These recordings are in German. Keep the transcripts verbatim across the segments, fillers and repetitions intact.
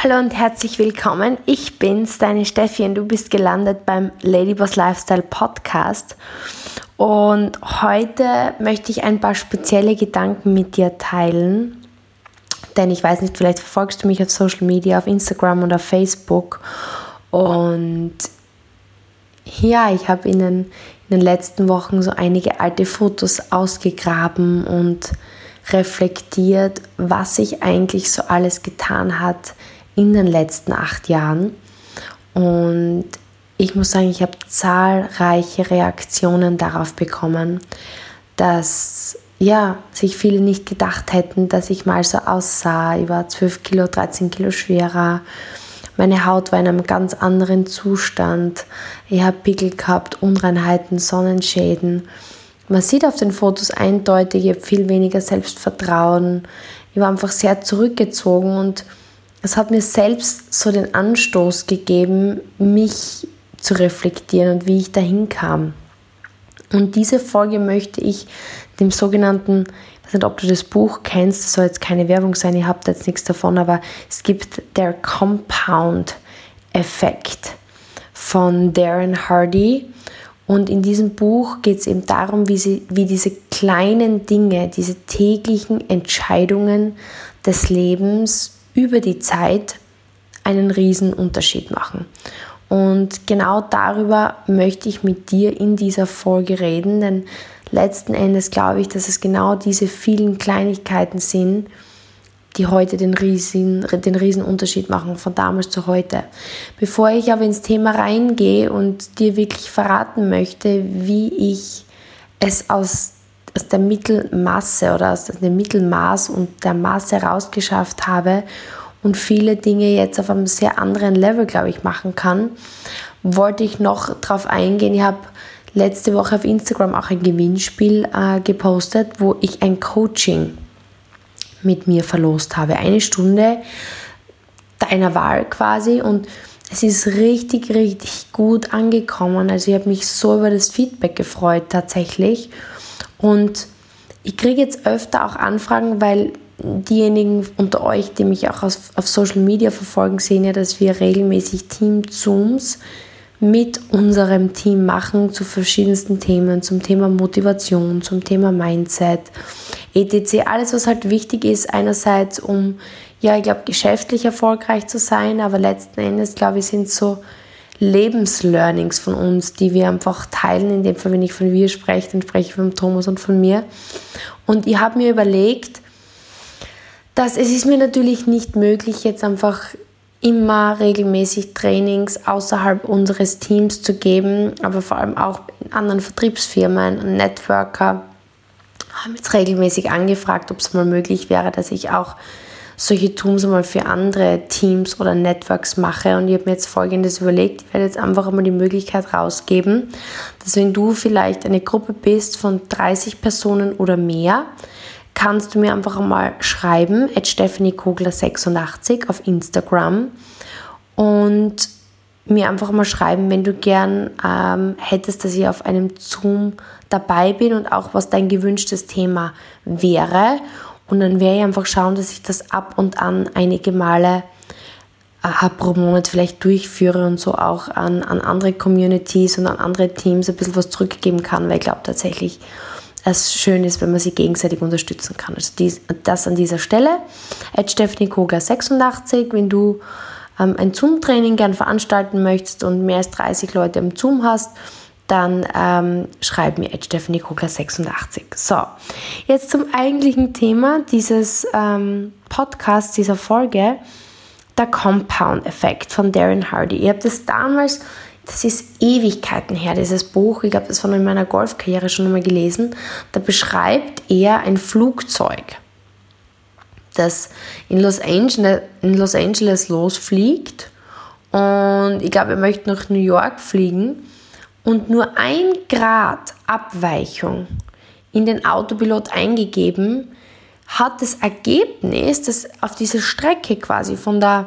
Hallo und herzlich willkommen. Ich bin's, deine Steffi, und du bist gelandet beim Ladyboss Lifestyle Podcast. Und heute möchte ich ein paar spezielle Gedanken mit dir teilen. Denn ich weiß nicht, vielleicht verfolgst du mich auf Social Media, auf Instagram oder auf Facebook. Und ja, ich habe in den, in den letzten Wochen so einige alte Fotos ausgegraben und reflektiert, was sich eigentlich so alles getan hat in den letzten acht Jahren. Und ich muss sagen, ich habe zahlreiche Reaktionen darauf bekommen, dass ja, sich viele nicht gedacht hätten, dass ich mal so aussah. Ich war zwölf Kilo, dreizehn Kilo schwerer. Meine Haut war in einem ganz anderen Zustand. Ich habe Pickel gehabt, Unreinheiten, Sonnenschäden. Man sieht auf den Fotos eindeutig, ich habe viel weniger Selbstvertrauen. Ich war einfach sehr zurückgezogen und es hat mir selbst so den Anstoß gegeben, mich zu reflektieren und wie ich dahin kam. Und diese Folge möchte ich dem sogenannten, ich weiß nicht, ob du das Buch kennst, das soll jetzt keine Werbung sein, ihr habt jetzt nichts davon, aber es gibt der Compound-Effekt von Darren Hardy. Und in diesem Buch geht es eben darum, wie, sie, wie diese kleinen Dinge, diese täglichen Entscheidungen des Lebens über die Zeit einen riesen Unterschied machen. Und genau darüber möchte ich mit dir in dieser Folge reden, denn letzten Endes glaube ich, dass es genau diese vielen Kleinigkeiten sind, die heute den riesen, den riesen Unterschied machen, von damals zu heute. Bevor ich aber ins Thema reingehe und dir wirklich verraten möchte, wie ich es aus, aus der Mittelmasse oder aus dem Mittelmaß und der Masse rausgeschafft habe und viele Dinge jetzt auf einem sehr anderen Level, glaube ich, machen kann, wollte ich noch darauf eingehen. Ich habe letzte Woche auf Instagram auch ein Gewinnspiel äh, gepostet, wo ich ein Coaching mit mir verlost habe. Eine Stunde deiner Wahl quasi, und es ist richtig, richtig gut angekommen. Also ich habe mich so über das Feedback gefreut tatsächlich, und ich kriege jetzt öfter auch Anfragen, weil diejenigen unter euch, die mich auch auf, auf Social Media verfolgen, sehen ja, dass wir regelmäßig Team-Zooms mit unserem Team machen zu verschiedensten Themen, zum Thema Motivation, zum Thema Mindset, et cetera. Alles, was halt wichtig ist, einerseits um, ja, ich glaube, geschäftlich erfolgreich zu sein, aber letzten Endes, glaube ich, sind so Lebenslearnings von uns, die wir einfach teilen. In dem Fall, wenn ich von wir spreche, dann spreche ich von Thomas und von mir. Und ich habe mir überlegt, dass es ist mir natürlich nicht möglich, jetzt einfach immer regelmäßig Trainings außerhalb unseres Teams zu geben, aber vor allem auch in anderen Vertriebsfirmen und Networker haben jetzt regelmäßig angefragt, ob es mal möglich wäre, dass ich auch solche Tools mal für andere Teams oder Networks mache. Und ich habe mir jetzt Folgendes überlegt: Ich werde jetzt einfach einmal die Möglichkeit rausgeben, dass wenn du vielleicht eine Gruppe bist von dreißig Personen oder mehr, kannst du mir einfach einmal schreiben, at stephanie kogler sechsundachtzig auf Instagram, und mir einfach mal schreiben, wenn du gern ähm, hättest, dass ich auf einem Zoom dabei bin und auch was dein gewünschtes Thema wäre. Und dann werde ich einfach schauen, dass ich das ab und an einige Male äh, pro Monat vielleicht durchführe und so auch an, an andere Communities und an andere Teams ein bisschen was zurückgeben kann, weil ich glaube tatsächlich, es schön ist, wenn man sich gegenseitig unterstützen kann. Also dies, das an dieser Stelle. at stephanie kogler sechsundachtzig, wenn du ähm, ein Zoom-Training gern veranstalten möchtest und mehr als dreißig Leute im Zoom hast, dann ähm, schreib mir at stephanie kogler sechsundachtzig. So, jetzt zum eigentlichen Thema dieses ähm, Podcasts, dieser Folge, der Compound-Effekt von Darren Hardy. Ihr habt das damals, das ist Ewigkeiten her, dieses Buch, ich glaube, das war noch in meiner Golfkarriere schon einmal gelesen, da beschreibt er ein Flugzeug, das in Los Angeles, in Los Angeles losfliegt, und ich glaube, er möchte nach New York fliegen, und nur ein Grad Abweichung in den Autopilot eingegeben hat das Ergebnis, dass auf dieser Strecke quasi von der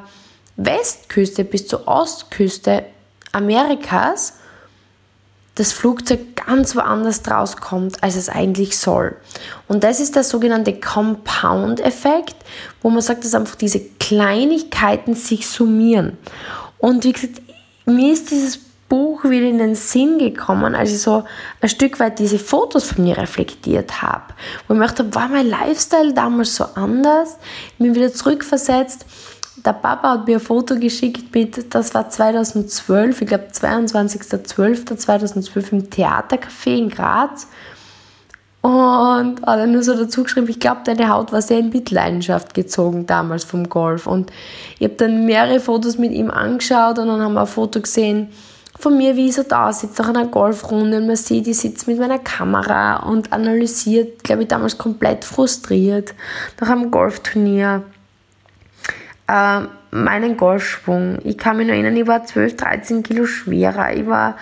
Westküste bis zur Ostküste Amerikas das Flugzeug ganz woanders draus kommt, als es eigentlich soll. Und das ist der sogenannte Compound-Effekt, wo man sagt, dass einfach diese Kleinigkeiten sich summieren. Und wie gesagt, mir ist dieses Buch wieder in den Sinn gekommen, als ich so ein Stück weit diese Fotos von mir reflektiert habe. Wo ich mir gedacht habe, war mein Lifestyle damals so anders? Ich bin wieder zurückversetzt. Der Papa hat mir ein Foto geschickt mit, das war zweitausendzwölf, ich glaube zweiundzwanzigster zwölfter zweitausendzwölf im Theatercafé in Graz. Und hat er nur so dazu geschrieben, ich glaube, deine Haut war sehr in Mitleidenschaft gezogen damals vom Golf. Und ich habe dann mehrere Fotos mit ihm angeschaut und dann haben wir ein Foto gesehen von mir, wie ich so da sitze nach einer Golfrunde und man sieht, ich sitze mit meiner Kamera und analysiert, glaube ich, damals komplett frustriert nach einem Golfturnier äh, meinen Golfschwung. Ich kann mich noch erinnern, ich war zwölf, dreizehn Kilo schwerer, ich war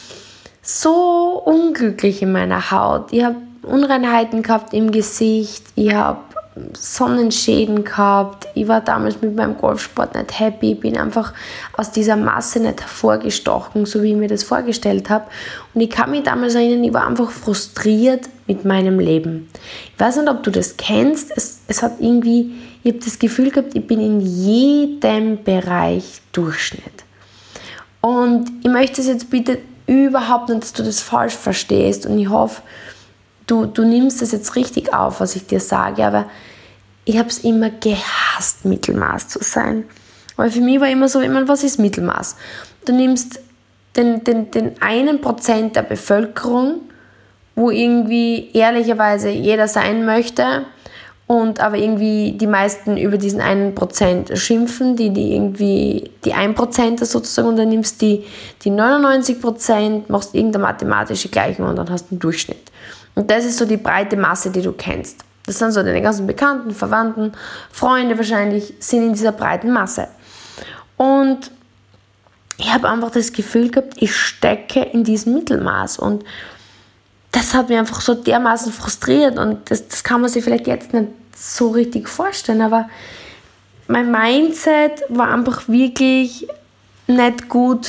so unglücklich in meiner Haut, ich habe Unreinheiten gehabt im Gesicht, ich habe Sonnenschäden gehabt, ich war damals mit meinem Golfsport nicht happy, ich bin einfach aus dieser Masse nicht hervorgestochen, so wie ich mir das vorgestellt habe. Und ich kann mich damals erinnern, ich war einfach frustriert mit meinem Leben. Ich weiß nicht, ob du das kennst, es, es hat irgendwie, ich habe das Gefühl gehabt, ich bin in jedem Bereich Durchschnitt. Und ich möchte es jetzt bitte überhaupt nicht, dass du das falsch verstehst und ich hoffe, Du, du nimmst das jetzt richtig auf, was ich dir sage, aber ich habe es immer gehasst, Mittelmaß zu sein. Weil für mich war immer so, ich meine, was ist Mittelmaß? Du nimmst den, den, den einen Prozent der Bevölkerung, wo irgendwie ehrlicherweise jeder sein möchte und aber irgendwie die meisten über diesen einen Prozent schimpfen, die, die irgendwie die ein Prozent sozusagen, und dann nimmst du die, die neunundneunzig Prozent, machst irgendeine mathematische Gleichung und dann hast du einen Durchschnitt. Und das ist so die breite Masse, die du kennst. Das sind so deine ganzen Bekannten, Verwandten, Freunde wahrscheinlich, sind in dieser breiten Masse. Und ich habe einfach das Gefühl gehabt, ich stecke in diesem Mittelmaß. Und das hat mich einfach so dermaßen frustriert. Und das, das kann man sich vielleicht jetzt nicht so richtig vorstellen. Aber mein Mindset war einfach wirklich nicht gut.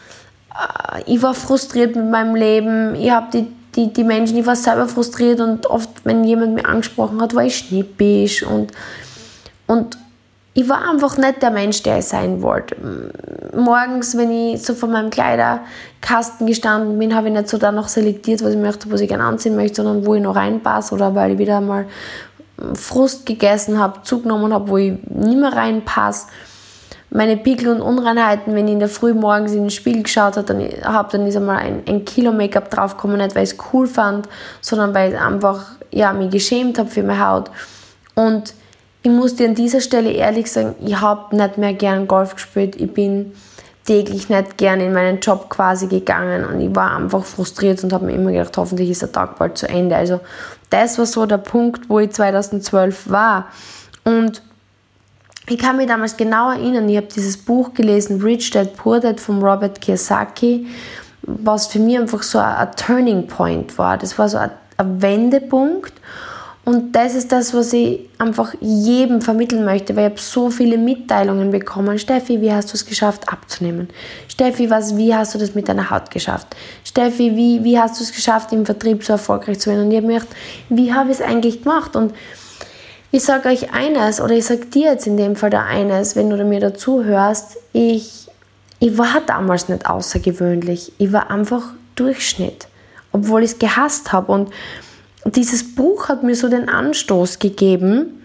Ich war frustriert mit meinem Leben. Ich habe die Die, die Menschen, ich war selber frustriert und oft, wenn jemand mich angesprochen hat, war ich schnippisch und, und ich war einfach nicht der Mensch, der ich sein wollte. Morgens, wenn ich so vor meinem Kleiderkasten gestanden bin, habe ich nicht so danach selektiert, was ich möchte, was ich gerne anziehen möchte, sondern wo ich noch reinpasse oder weil ich wieder mal Frust gegessen habe, zugenommen habe, wo ich nicht mehr reinpasse. Meine Pickel und Unreinheiten, wenn ich in der Früh morgens in den Spiegel geschaut habe, dann, hab, dann ist einmal ein, ein Kilo Make-up draufgekommen, nicht weil ich es cool fand, sondern weil ich einfach ja, mich geschämt habe für meine Haut. Und ich muss dir an dieser Stelle ehrlich sagen, ich habe nicht mehr gern Golf gespielt, ich bin täglich nicht gern in meinen Job quasi gegangen und ich war einfach frustriert und habe mir immer gedacht, hoffentlich ist der Tag bald zu Ende. Also das war so der Punkt, wo ich zweitausendzwölf war. Und ich kann mich damals genau erinnern, ich habe dieses Buch gelesen, Rich Dad Poor Dad von Robert Kiyosaki, was für mich einfach so ein, ein Turning Point war. Das war so ein, ein Wendepunkt und das ist das, was ich einfach jedem vermitteln möchte, weil ich habe so viele Mitteilungen bekommen. Steffi, wie hast du es geschafft abzunehmen? Steffi, was, wie hast du das mit deiner Haut geschafft? Steffi, wie, wie hast du es geschafft, im Vertrieb so erfolgreich zu werden? Und ich habe mir gedacht, wie habe ich es eigentlich gemacht? Und ich sage euch eines, oder ich sage dir jetzt in dem Fall da eines, wenn du mir dazu hörst, ich, ich war damals nicht außergewöhnlich. Ich war einfach Durchschnitt, obwohl ich es gehasst habe. Und dieses Buch hat mir so den Anstoß gegeben.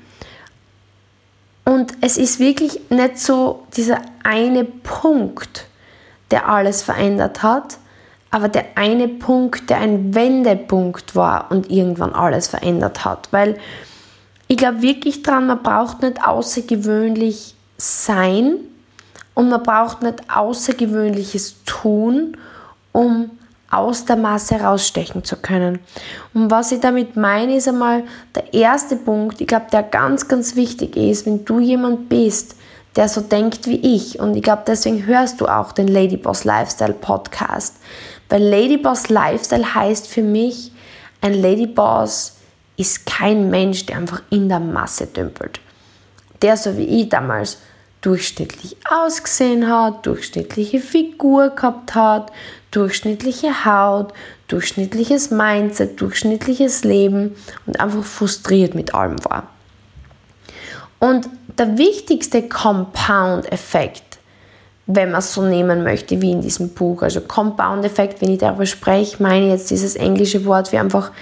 Und es ist wirklich nicht so dieser eine Punkt, der alles verändert hat, aber der eine Punkt, der ein Wendepunkt war und irgendwann alles verändert hat. Weil ich glaube wirklich dran, man braucht nicht außergewöhnlich sein und man braucht nicht Außergewöhnliches tun, um aus der Masse herausstechen zu können. Und was ich damit meine, ist einmal der erste Punkt, ich glaube, der ganz, ganz wichtig ist, wenn du jemand bist, der so denkt wie ich, und ich glaube, deswegen hörst du auch den Ladyboss Lifestyle Podcast, weil Ladyboss Lifestyle heißt für mich, ein Ladyboss ist kein Mensch, der einfach in der Masse dümpelt. Der, so wie ich damals, durchschnittlich ausgesehen hat, durchschnittliche Figur gehabt hat, durchschnittliche Haut, durchschnittliches Mindset, durchschnittliches Leben und einfach frustriert mit allem war. Und der wichtigste Compound-Effekt, wenn man es so nehmen möchte wie in diesem Buch, also Compound-Effekt, wenn ich darüber spreche, meine ich jetzt dieses englische Wort wie einfach,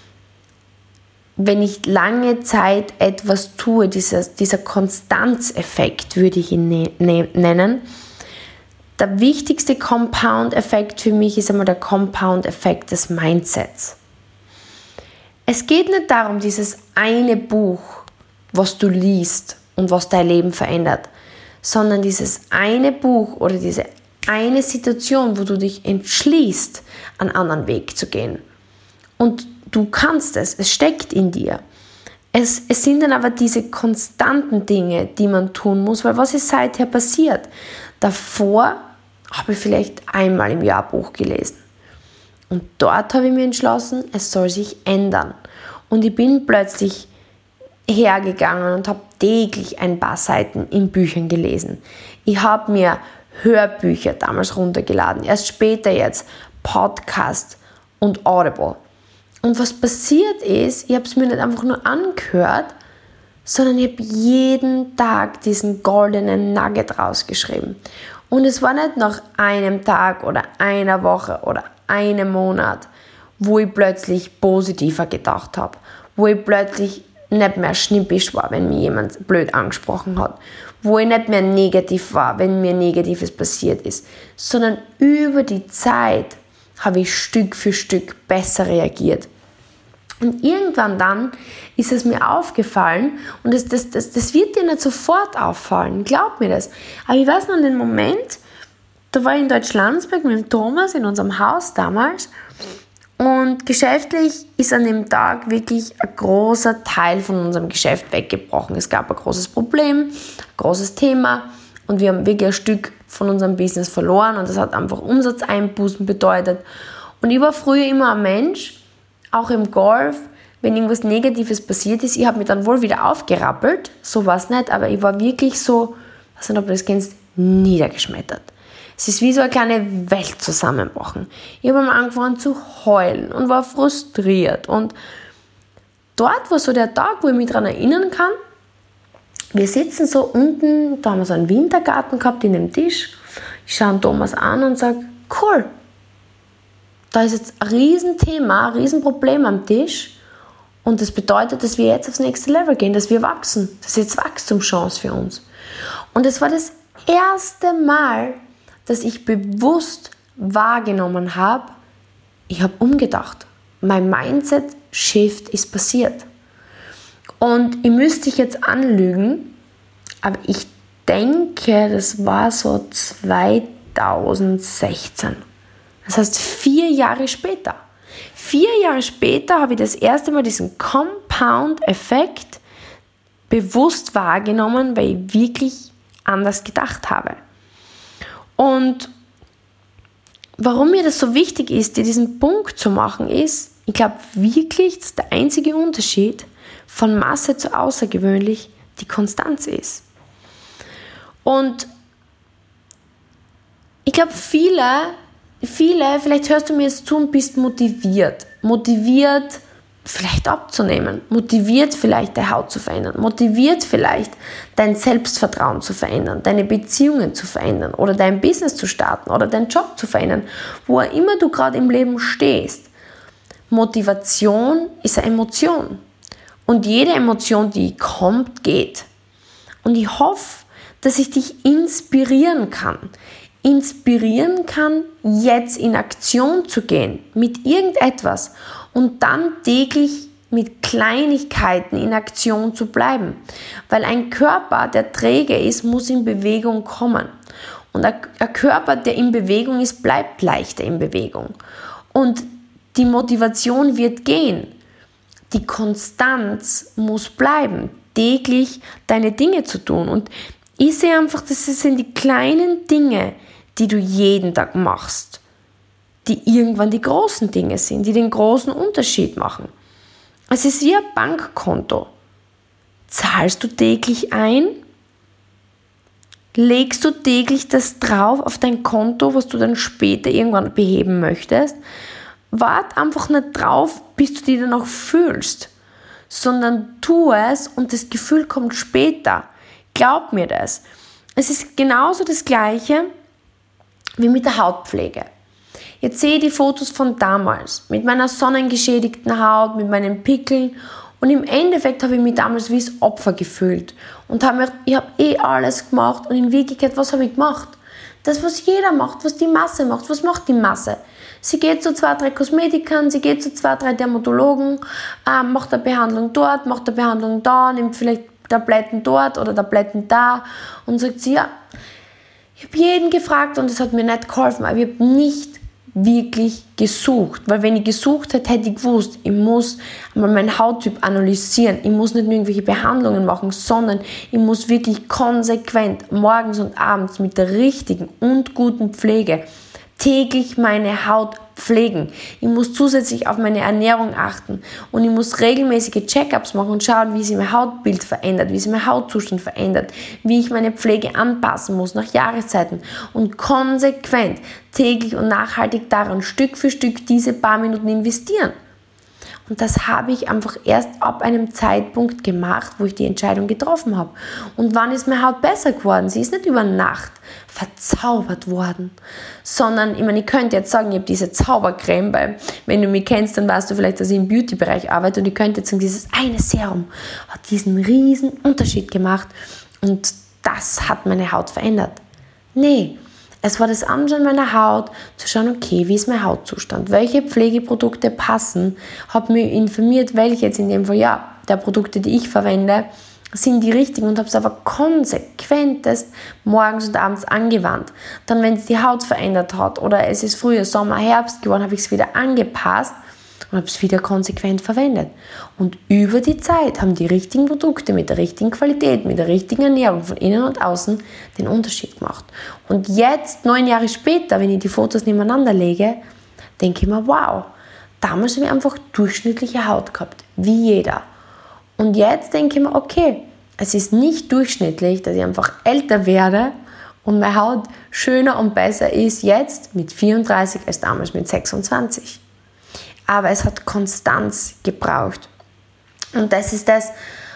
wenn ich lange Zeit etwas tue, dieser, dieser Konstanzeffekt würde ich ihn ne- ne- nennen. Der wichtigste Compound-Effekt für mich ist einmal der Compound-Effekt des Mindsets. Es geht nicht darum, dieses eine Buch, was du liest und was dein Leben verändert, sondern dieses eine Buch oder diese eine Situation, wo du dich entschließt, einen anderen Weg zu gehen. Und du kannst es, es steckt in dir. Es, es sind dann aber diese konstanten Dinge, die man tun muss, weil was ist seither passiert? Davor habe ich vielleicht einmal im Jahr ein Buch gelesen. Und dort habe ich mir entschlossen, es soll sich ändern. Und ich bin plötzlich hergegangen und habe täglich ein paar Seiten in Büchern gelesen. Ich habe mir Hörbücher damals runtergeladen, erst später jetzt Podcast und Audible. Und was passiert ist, ich habe es mir nicht einfach nur angehört, sondern ich habe jeden Tag diesen goldenen Nugget rausgeschrieben. Und es war nicht nach einem Tag oder einer Woche oder einem Monat, wo ich plötzlich positiver gedacht habe, wo ich plötzlich nicht mehr schnippisch war, wenn mir jemand blöd angesprochen hat, wo ich nicht mehr negativ war, wenn mir Negatives passiert ist, sondern über die Zeit habe ich Stück für Stück besser reagiert. Und irgendwann dann ist es mir aufgefallen und das, das, das, das wird dir nicht sofort auffallen, glaub mir das. Aber ich weiß noch den Moment, da war ich in Deutschlandsberg mit dem Thomas in unserem Haus damals und geschäftlich ist an dem Tag wirklich ein großer Teil von unserem Geschäft weggebrochen. Es gab ein großes Problem, ein großes Thema und wir haben wirklich ein Stück von unserem Business verloren und das hat einfach Umsatzeinbußen bedeutet. Und ich war früher immer ein Mensch, auch im Golf, wenn irgendwas Negatives passiert ist, ich habe mich dann wohl wieder aufgerappelt, so war es nicht, aber ich war wirklich so, ich weiß nicht, ob du das kennst, niedergeschmettert. Es ist wie so eine kleine Welt zusammengebrochen. Ich habe angefangen zu heulen und war frustriert und dort war so der Tag, wo ich mich daran erinnern kann, wir sitzen so unten, da haben wir so einen Wintergarten gehabt in dem Tisch, ich schaue den Thomas an und sage, cool, da ist jetzt ein Riesenthema, ein Riesenproblem am Tisch und das bedeutet, dass wir jetzt aufs nächste Level gehen, dass wir wachsen. Das ist jetzt Wachstumschance für uns. Und es war das erste Mal, dass ich bewusst wahrgenommen habe, ich habe umgedacht. Mein Mindset-Shift ist passiert. Und ich müsste dich jetzt anlügen, aber ich denke, das war so zweitausendsechzehn. Das heißt, vier Jahre später. Vier Jahre später habe ich das erste Mal diesen Compound-Effekt bewusst wahrgenommen, weil ich wirklich anders gedacht habe. Und warum mir das so wichtig ist, dir diesen Punkt zu machen, ist, ich glaube wirklich, dass der einzige Unterschied von Masse zu außergewöhnlich die Konstanz ist. Und ich glaube, viele Viele, vielleicht hörst du mir jetzt zu und bist motiviert. Motiviert, vielleicht abzunehmen. Motiviert, vielleicht deine Haut zu verändern. Motiviert, vielleicht dein Selbstvertrauen zu verändern, deine Beziehungen zu verändern oder dein Business zu starten oder deinen Job zu verändern. Wo auch immer du gerade im Leben stehst. Motivation ist eine Emotion. Und jede Emotion, die kommt, geht. Und ich hoffe, dass ich dich inspirieren kann. inspirieren kann, jetzt in Aktion zu gehen mit irgendetwas und dann täglich mit Kleinigkeiten in Aktion zu bleiben. Weil ein Körper, der träge ist, muss in Bewegung kommen. Und ein Körper, der in Bewegung ist, bleibt leichter in Bewegung. Und die Motivation wird gehen. Die Konstanz muss bleiben, täglich deine Dinge zu tun. Und ich sehe einfach, das sind die kleinen Dinge, die du jeden Tag machst, die irgendwann die großen Dinge sind, die den großen Unterschied machen. Es ist wie ein Bankkonto. Zahlst du täglich ein? Legst du täglich das drauf auf dein Konto, was du dann später irgendwann beheben möchtest? Wart einfach nicht drauf, bis du dich dann auch fühlst, sondern tu es und das Gefühl kommt später. Glaub mir das. Es ist genauso das Gleiche wie mit der Hautpflege. Jetzt sehe ich die Fotos von damals, mit meiner sonnengeschädigten Haut, mit meinen Pickeln, und im Endeffekt habe ich mich damals wie das Opfer gefühlt und habe mir, ich habe eh alles gemacht, und in Wirklichkeit, was habe ich gemacht? Das, was jeder macht, was die Masse macht. Was macht die Masse? Sie geht zu zwei, drei Kosmetikern, sie geht zu zwei, drei Dermatologen, äh, macht eine Behandlung dort, macht eine Behandlung da, nimmt vielleicht Tabletten dort oder Tabletten da und sagt sie, ja, ich habe jeden gefragt und es hat mir nicht geholfen, aber ich habe nicht wirklich gesucht, weil wenn ich gesucht hätte, hätte ich gewusst, ich muss einmal meinen Hauttyp analysieren, ich muss nicht nur irgendwelche Behandlungen machen, sondern ich muss wirklich konsequent morgens und abends mit der richtigen und guten Pflege täglich meine Haut pflegen. Ich muss zusätzlich auf meine Ernährung achten und ich muss regelmäßige Check-ups machen und schauen, wie sich mein Hautbild verändert, wie sich mein Hautzustand verändert, wie ich meine Pflege anpassen muss nach Jahreszeiten und konsequent, täglich und nachhaltig daran Stück für Stück diese paar Minuten investieren. Und das habe ich einfach erst ab einem Zeitpunkt gemacht, wo ich die Entscheidung getroffen habe. Und wann ist meine Haut besser geworden? Sie ist nicht über Nacht verzaubert worden, sondern, ich meine, ich könnte jetzt sagen, ich habe diese Zaubercreme, weil wenn du mich kennst, dann weißt du vielleicht, dass ich im Beauty-Bereich arbeite, und ich könnte jetzt sagen, dieses eine Serum hat diesen riesen Unterschied gemacht und das hat meine Haut verändert. Nee. Es war das Anschauen meiner Haut, zu schauen, okay, wie ist mein Hautzustand, welche Pflegeprodukte passen, habe mich informiert, welche jetzt in dem Fall, ja, der Produkte, die ich verwende, sind die richtigen, und habe es aber konsequentest morgens und abends angewandt. Dann, wenn es die Haut verändert hat oder es ist früher Sommer, Herbst geworden, habe ich es wieder angepasst und habe es wieder konsequent verwendet. Und über die Zeit haben die richtigen Produkte mit der richtigen Qualität, mit der richtigen Ernährung von innen und außen den Unterschied gemacht. Und jetzt, neun Jahre später, wenn ich die Fotos nebeneinander lege, denke ich mir, wow, damals habe ich einfach durchschnittliche Haut gehabt, wie jeder. Und jetzt denke ich mir, okay, es ist nicht durchschnittlich, dass ich einfach älter werde und meine Haut schöner und besser ist jetzt mit vierunddreißig als damals mit sechsundzwanzig. Aber es hat Konstanz gebraucht. Und das ist das,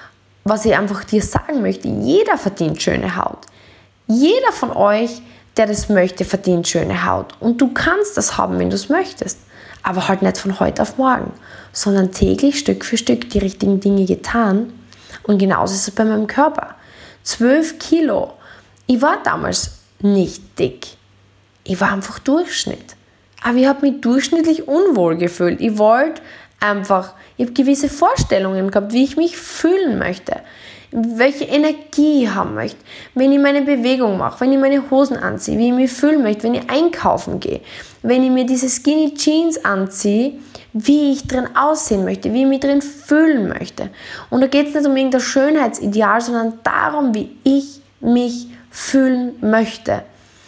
was ich einfach dir sagen möchte. Jeder verdient schöne Haut. Jeder von euch, der das möchte, verdient schöne Haut. Und du kannst das haben, wenn du es möchtest. Aber halt nicht von heute auf morgen, sondern täglich Stück für Stück die richtigen Dinge getan. Und genauso ist es bei meinem Körper. zwölf Kilo. Ich war damals nicht dick. Ich war einfach Durchschnitt. Aber ich habe mich durchschnittlich unwohl gefühlt. Ich wollte einfach, ich habe gewisse Vorstellungen gehabt, wie ich mich fühlen möchte, welche Energie ich haben möchte, wenn ich meine Bewegung mache, wenn ich meine Hosen anziehe, wie ich mich fühlen möchte, wenn ich einkaufen gehe, wenn ich mir diese Skinny Jeans anziehe, wie ich drin aussehen möchte, wie ich mich drin fühlen möchte. Und da geht es nicht um irgendein Schönheitsideal, sondern darum, wie ich mich fühlen möchte.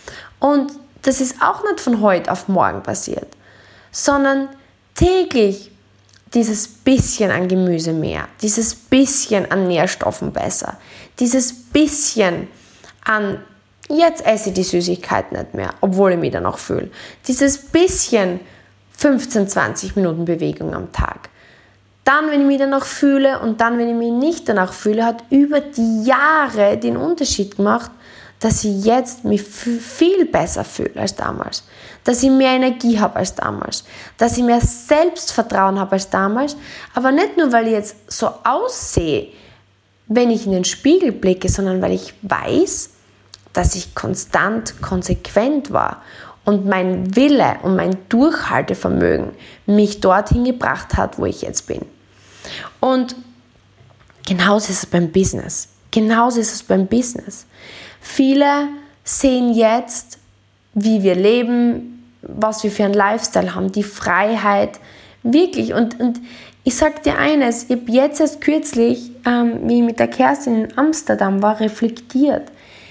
Und das ist auch nicht von heute auf morgen passiert, sondern täglich dieses bisschen an Gemüse mehr, dieses bisschen an Nährstoffen besser, dieses bisschen an, jetzt esse ich die Süßigkeit nicht mehr, obwohl ich mich danach fühle, dieses bisschen fünfzehn, zwanzig Minuten Bewegung am Tag. Dann, wenn ich mich danach fühle, und dann, wenn ich mich nicht danach fühle, hat über die Jahre den Unterschied gemacht, dass ich jetzt mich viel besser fühle als damals, dass ich mehr Energie habe als damals, dass ich mehr Selbstvertrauen habe als damals, aber nicht nur, weil ich jetzt so aussehe, wenn ich in den Spiegel blicke, sondern weil ich weiß, dass ich konstant, konsequent war und mein Wille und mein Durchhaltevermögen mich dorthin gebracht hat, wo ich jetzt bin. Und genauso ist es beim Business. Genauso ist es beim Business. Viele sehen jetzt, wie wir leben, was wir für einen Lifestyle haben, die Freiheit, wirklich. Und, und ich sage dir eines, ich habe jetzt erst kürzlich, ähm, wie ich mit der Kerstin in Amsterdam war, reflektiert.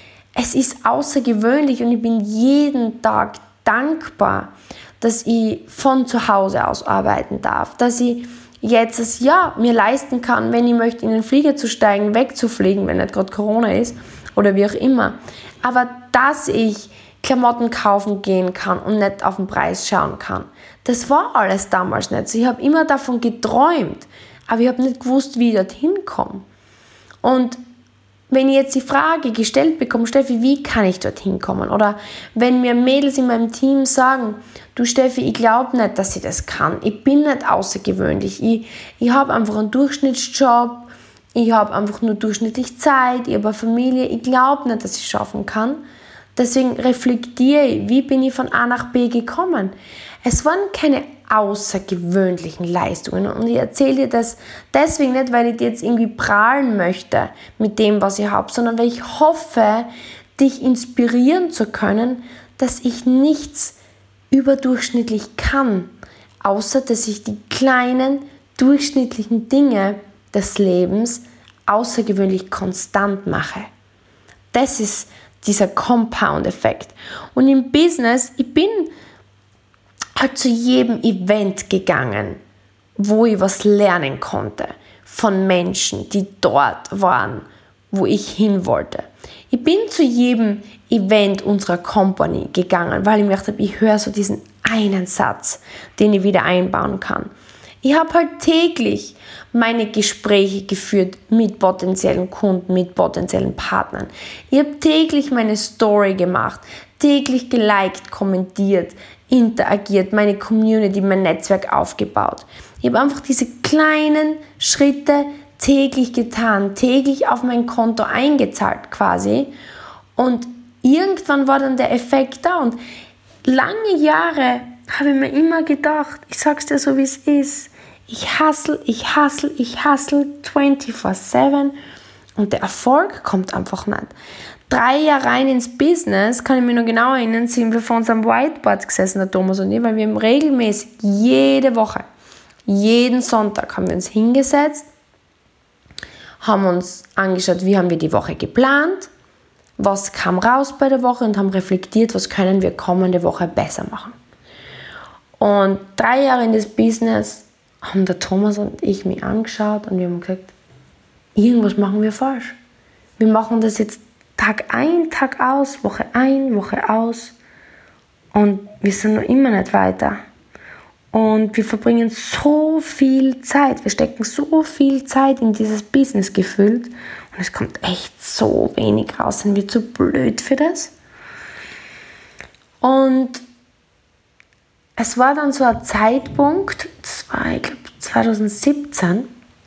Es ist außergewöhnlich und ich bin jeden Tag dankbar, dass ich von zu Hause aus arbeiten darf, dass ich jetzt es ja mir leisten kann, wenn ich möchte, in den Flieger zu steigen, wegzufliegen, wenn nicht gerade Corona ist, oder wie auch immer. Aber dass ich Klamotten kaufen gehen kann und nicht auf den Preis schauen kann, das war alles damals nicht so. Ich habe immer davon geträumt, aber ich habe nicht gewusst, wie ich dorthin komme. Und wenn ich jetzt die Frage gestellt bekomme, Steffi, wie kann ich dorthin kommen? Oder wenn mir Mädels in meinem Team sagen, du Steffi, ich glaube nicht, dass ich das kann. Ich bin nicht außergewöhnlich. Ich, ich habe einfach einen Durchschnittsjob. Ich habe einfach nur durchschnittlich Zeit. Ich habe eine Familie. Ich glaube nicht, dass ich es schaffen kann. Deswegen reflektiere ich, wie bin ich von A nach B gekommen. Es waren keine außergewöhnlichen Leistungen. Und ich erzähle dir das deswegen nicht, weil ich dir jetzt irgendwie prahlen möchte mit dem, was ich habe, sondern weil ich hoffe, dich inspirieren zu können, dass ich nichts überdurchschnittlich kann, außer dass ich die kleinen, durchschnittlichen Dinge des Lebens außergewöhnlich konstant mache. Das ist dieser Compound-Effekt. Und im Business, ich bin halt zu jedem Event gegangen, wo ich was lernen konnte von Menschen, die dort waren, wo ich hin wollte. Ich bin zu jedem Event unserer Company gegangen, weil ich mir gedacht habe, ich höre so diesen einen Satz, den ich wieder einbauen kann. Ich habe halt täglich meine Gespräche geführt mit potenziellen Kunden, mit potenziellen Partnern. Ich habe täglich meine Story gemacht, täglich geliked, kommentiert, interagiert, meine Community, mein Netzwerk aufgebaut. Ich habe einfach diese kleinen Schritte täglich getan, täglich auf mein Konto eingezahlt quasi. Und irgendwann war dann der Effekt da. Und lange Jahre habe ich mir immer gedacht, ich sag's dir so, wie es ist, ich hustle, ich hustle, ich hustle vierundzwanzig sieben und der Erfolg kommt einfach nicht. Drei Jahre rein ins Business, kann ich mich noch genau erinnern, sind wir vor unserem Whiteboard gesessen, der Thomas und ich, weil wir haben regelmäßig jede Woche, jeden Sonntag haben wir uns hingesetzt, haben uns angeschaut, wie haben wir die Woche geplant, was kam raus bei der Woche und haben reflektiert, was können wir kommende Woche besser machen. Und drei Jahre in das Business haben der Thomas und ich mich angeschaut und wir haben gesagt, irgendwas machen wir falsch. Wir machen das jetzt Tag ein, Tag aus, Woche ein, Woche aus und wir sind noch immer nicht weiter. Und wir verbringen so viel Zeit, wir stecken so viel Zeit in dieses Business gefüllt und es kommt echt so wenig raus, sind wir zu blöd für das? Und es war dann so ein Zeitpunkt, das war ich glaube zwanzig siebzehn,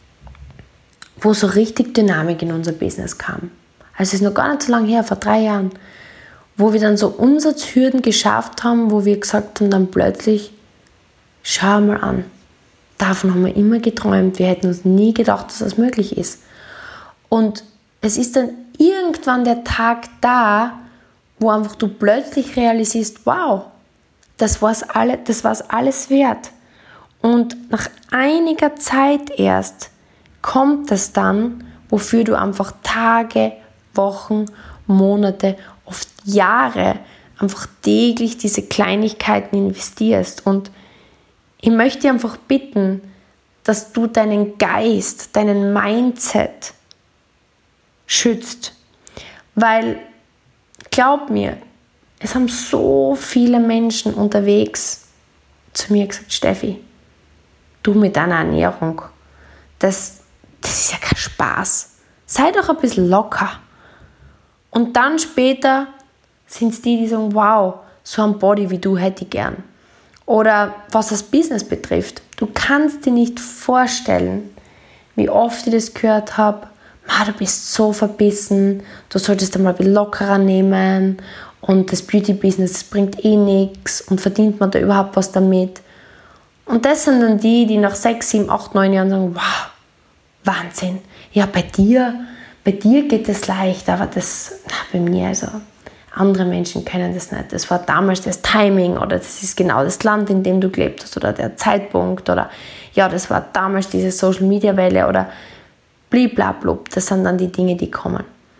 wo so richtig Dynamik in unser Business kam. Also es ist noch gar nicht so lange her, vor drei Jahren, wo wir dann so Umsatzhürden geschafft haben, wo wir gesagt haben dann plötzlich, schau mal an, davon haben wir immer geträumt, wir hätten uns nie gedacht, dass das möglich ist. Und es ist dann irgendwann der Tag da, wo einfach du plötzlich realisierst, wow, das war's alle, das war's alles wert. Und nach einiger Zeit erst kommt es dann, wofür du einfach Tage, Wochen, Monate, oft Jahre einfach täglich diese Kleinigkeiten investierst. Und ich möchte dich einfach bitten, dass du deinen Geist, deinen Mindset schützt. Weil, glaub mir, es haben so viele Menschen unterwegs zu mir gesagt, Steffi, du mit deiner Ernährung, das, das ist ja kein Spaß. Sei doch ein bisschen locker. Und dann später sind es die, die sagen, wow, so ein Body wie du hätte ich gern. Oder was das Business betrifft, du kannst dir nicht vorstellen, wie oft ich das gehört habe, du bist so verbissen, du solltest einmal ein bisschen lockerer nehmen und das Beauty-Business bringt eh nichts und verdient man da überhaupt was damit. Und das sind dann die, die nach sechs, sieben, acht, neun Jahren sagen, wow, Wahnsinn. Ja, bei dir, bei dir geht es leicht, aber das, na, bei mir, also andere Menschen können das nicht. Das war damals das Timing oder das ist genau das Land, in dem du gelebt hast oder der Zeitpunkt oder ja, das war damals diese Social-Media-Welle oder bliblablub. Das sind dann die Dinge, die kommen.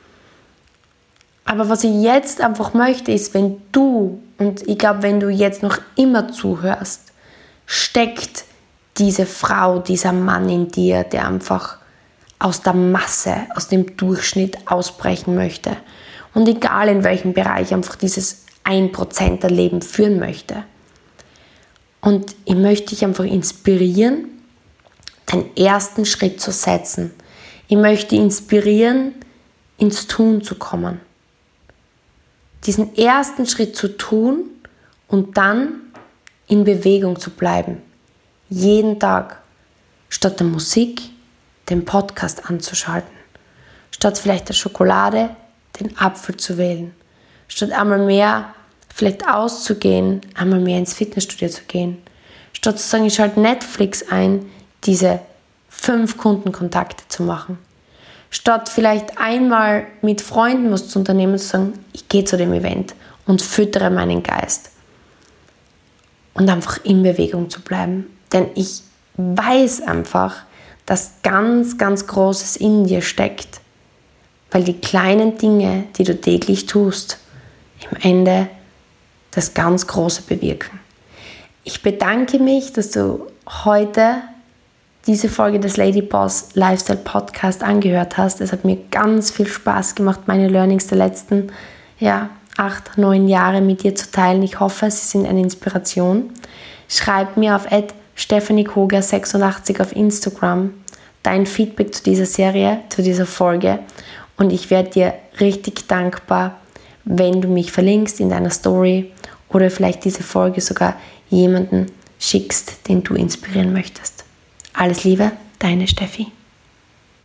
Aber was ich jetzt einfach möchte, ist, wenn du, und ich glaube, wenn du jetzt noch immer zuhörst, steckt diese Frau, dieser Mann in dir, der einfach aus der Masse, aus dem Durchschnitt ausbrechen möchte. Und egal in welchem Bereich einfach dieses ein Prozent Leben führen möchte. Und ich möchte dich einfach inspirieren, den ersten Schritt zu setzen. Ich möchte inspirieren, ins Tun zu kommen. Diesen ersten Schritt zu tun und dann in Bewegung zu bleiben. Jeden Tag. Statt der Musik den Podcast anzuschalten. Statt vielleicht der Schokolade den Apfel zu wählen. Statt einmal mehr vielleicht auszugehen, einmal mehr ins Fitnessstudio zu gehen. Statt zu sagen, ich schalte Netflix ein, diese fünf Kundenkontakte zu machen. Statt vielleicht einmal mit Freunden was zu unternehmen, zu sagen, ich gehe zu dem Event und füttere meinen Geist. Und einfach in Bewegung zu bleiben. Denn ich weiß einfach, dass ganz, ganz Großes in dir steckt. Weil die kleinen Dinge, die du täglich tust, im Ende das ganz Große bewirken. Ich bedanke mich, dass du heute diese Folge des Lady Boss Lifestyle Podcast angehört hast. Es hat mir ganz viel Spaß gemacht, meine Learnings der letzten ja, acht, neun Jahre mit dir zu teilen. Ich hoffe, sie sind eine Inspiration. Schreib mir auf at stephanie koger sechsundachtzig auf Instagram dein Feedback zu dieser Serie, zu dieser Folge. Und ich werde dir richtig dankbar, wenn du mich verlinkst in deiner Story oder vielleicht diese Folge sogar jemanden schickst, den du inspirieren möchtest. Alles Liebe, deine Steffi.